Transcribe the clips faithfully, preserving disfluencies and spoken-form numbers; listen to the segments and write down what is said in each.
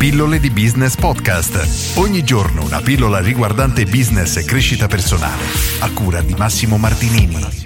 Pillole di Business Podcast. Ogni giorno una pillola riguardante business e crescita personale. A cura di Massimo Martinini.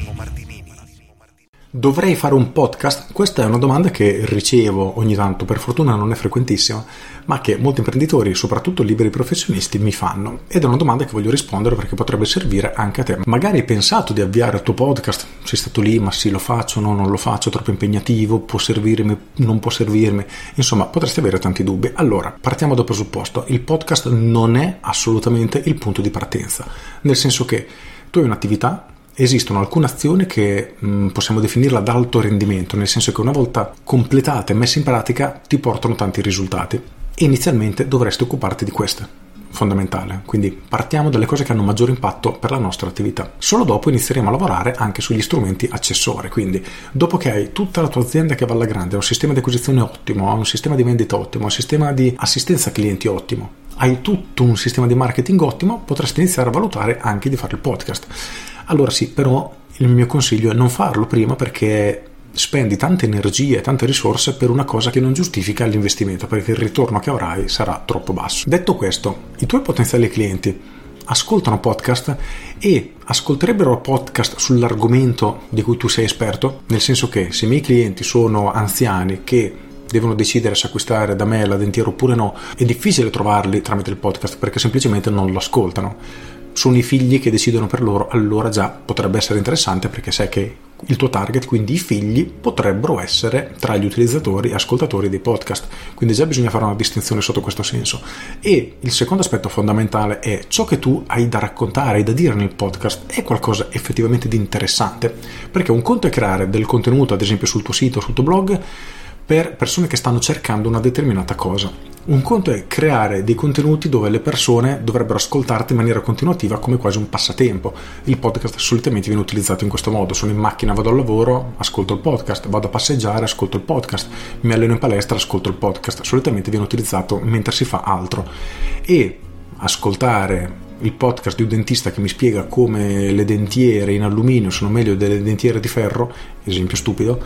Dovrei fare un podcast? Questa è una domanda che ricevo ogni tanto, per fortuna non è frequentissima, ma che molti imprenditori, soprattutto liberi professionisti, mi fanno. Ed è una domanda che voglio rispondere perché potrebbe servire anche a te. Magari hai pensato di avviare il tuo podcast, sei stato lì, ma sì, lo faccio, no, non lo faccio, è troppo impegnativo, può servirmi, non può servirmi, insomma, potresti avere tanti dubbi. Allora, partiamo dal presupposto, il podcast non è assolutamente il punto di partenza, nel senso che tu hai un'attività, esistono alcune azioni che mh, possiamo definirla ad alto rendimento, nel senso che una volta completate e messe in pratica ti portano tanti risultati e inizialmente dovresti occuparti di queste, fondamentale. Quindi partiamo dalle cose che hanno maggiore impatto per la nostra attività. Solo dopo inizieremo a lavorare anche sugli strumenti accessori, quindi dopo che hai tutta la tua azienda che va alla grande, ha un sistema di acquisizione ottimo, ha un sistema di vendita ottimo, un sistema di assistenza clienti ottimo, hai tutto un sistema di marketing ottimo, potresti iniziare a valutare anche di fare il podcast. Allora sì, però il mio consiglio è non farlo prima perché spendi tante energie e tante risorse per una cosa che non giustifica l'investimento, perché il ritorno che avrai sarà troppo basso. Detto questo, i tuoi potenziali clienti ascoltano podcast e ascolterebbero podcast sull'argomento di cui tu sei esperto, nel senso che se i miei clienti sono anziani che devono decidere se acquistare da me la dentiera oppure no, è difficile trovarli tramite il podcast perché semplicemente non lo ascoltano. Sono i figli che decidono per loro, allora già potrebbe essere interessante perché sai che il tuo target, quindi i figli, potrebbero essere tra gli utilizzatori e ascoltatori dei podcast, quindi già bisogna fare una distinzione sotto questo senso. E il secondo aspetto fondamentale è ciò che tu hai da raccontare, hai da dire nel podcast è qualcosa effettivamente di interessante, perché un conto è creare del contenuto, ad esempio sul tuo sito, sul tuo blog, per persone che stanno cercando una determinata cosa. Un conto è creare dei contenuti dove le persone dovrebbero ascoltarti in maniera continuativa come quasi un passatempo. Il podcast solitamente viene utilizzato in questo modo. Sono in macchina, vado al lavoro, ascolto il podcast, vado a passeggiare, ascolto il podcast, mi alleno in palestra, ascolto il podcast. Solitamente viene utilizzato mentre si fa altro. E ascoltare il podcast di un dentista che mi spiega come le dentiere in alluminio sono meglio delle dentiere di ferro, esempio stupido,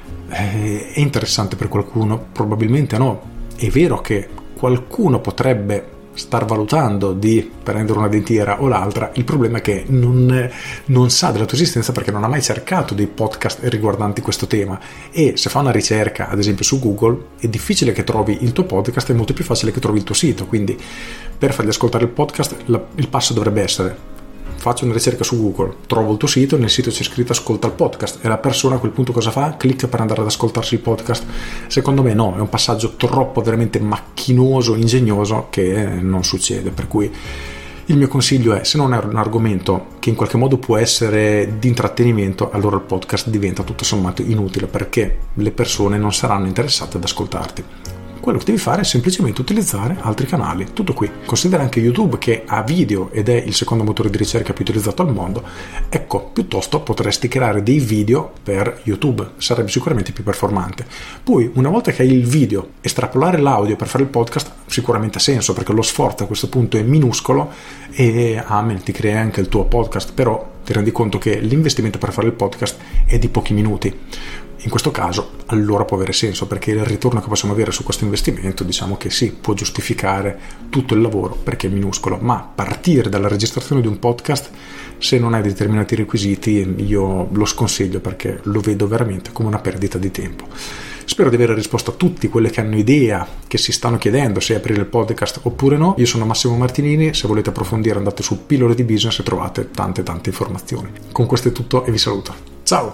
è interessante per qualcuno? Probabilmente no. È vero che qualcuno potrebbe star valutando di prendere una dentiera o l'altra, il problema è che non, non sa della tua esistenza perché non ha mai cercato dei podcast riguardanti questo tema, e se fa una ricerca ad esempio su Google è difficile che trovi il tuo podcast, è molto più facile che trovi il tuo sito. Quindi per fargli ascoltare il podcast la, il passo dovrebbe essere: faccio una ricerca su Google, trovo il tuo sito, nel sito c'è scritto ascolta il podcast e la persona a quel punto cosa fa? Clicca per andare ad ascoltarsi il podcast. Secondo me no, è un passaggio troppo veramente macchinoso, ingegnoso, che non succede. Per cui il mio consiglio è, se non è un argomento che in qualche modo può essere di intrattenimento, allora il podcast diventa tutto sommato inutile perché le persone non saranno interessate ad ascoltarti. Quello che devi fare è semplicemente utilizzare altri canali, tutto qui. Considera anche YouTube che ha video ed è il secondo motore di ricerca più utilizzato al mondo. Ecco, piuttosto potresti creare dei video per YouTube, sarebbe sicuramente più performante. Poi, una volta che hai il video, estrapolare l'audio per fare il podcast sicuramente ha senso perché lo sforzo a questo punto è minuscolo e amen, ti crea anche il tuo podcast, però ti rendi conto che l'investimento per fare il podcast è di pochi minuti. In questo caso allora può avere senso perché il ritorno che possiamo avere su questo investimento, diciamo che sì, può giustificare tutto il lavoro perché è minuscolo, ma partire dalla registrazione di un podcast, se non hai determinati requisiti, io lo sconsiglio perché lo vedo veramente come una perdita di tempo. Spero di aver risposto a tutti quelli che hanno idea, che si stanno chiedendo se aprire il podcast oppure no. Io sono Massimo Martinini, se volete approfondire andate su Pillole di Business e trovate tante tante informazioni. Con questo è tutto e vi saluto. Ciao!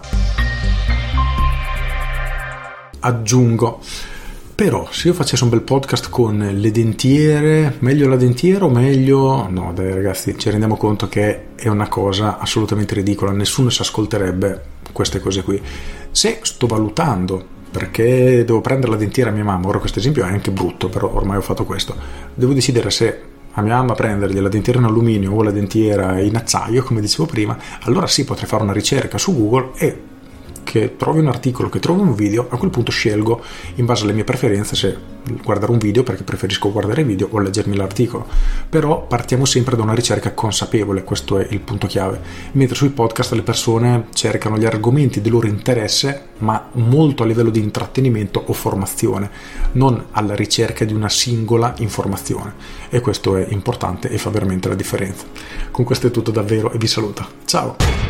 Aggiungo, però se io facessi un bel podcast con le dentiere, meglio la dentiera o meglio no? Dai ragazzi, ci rendiamo conto che è una cosa assolutamente ridicola, nessuno si ascolterebbe queste cose qui. Se sto valutando perché devo prendere la dentiera a mia mamma, ora questo esempio è anche brutto, però ormai ho fatto questo, devo decidere se a mia mamma prendergli la dentiera in alluminio o la dentiera in acciaio, come dicevo prima, allora sì, potrei fare una ricerca su Google e che trovi un articolo, che trovi un video, a quel punto scelgo in base alle mie preferenze se guardare un video perché preferisco guardare video o leggermi l'articolo. Però partiamo sempre da una ricerca consapevole, questo è il punto chiave, mentre sui podcast le persone cercano gli argomenti di loro interesse, ma molto a livello di intrattenimento o formazione, non alla ricerca di una singola informazione, e questo è importante e fa veramente la differenza. Con questo è tutto davvero e vi saluto, ciao!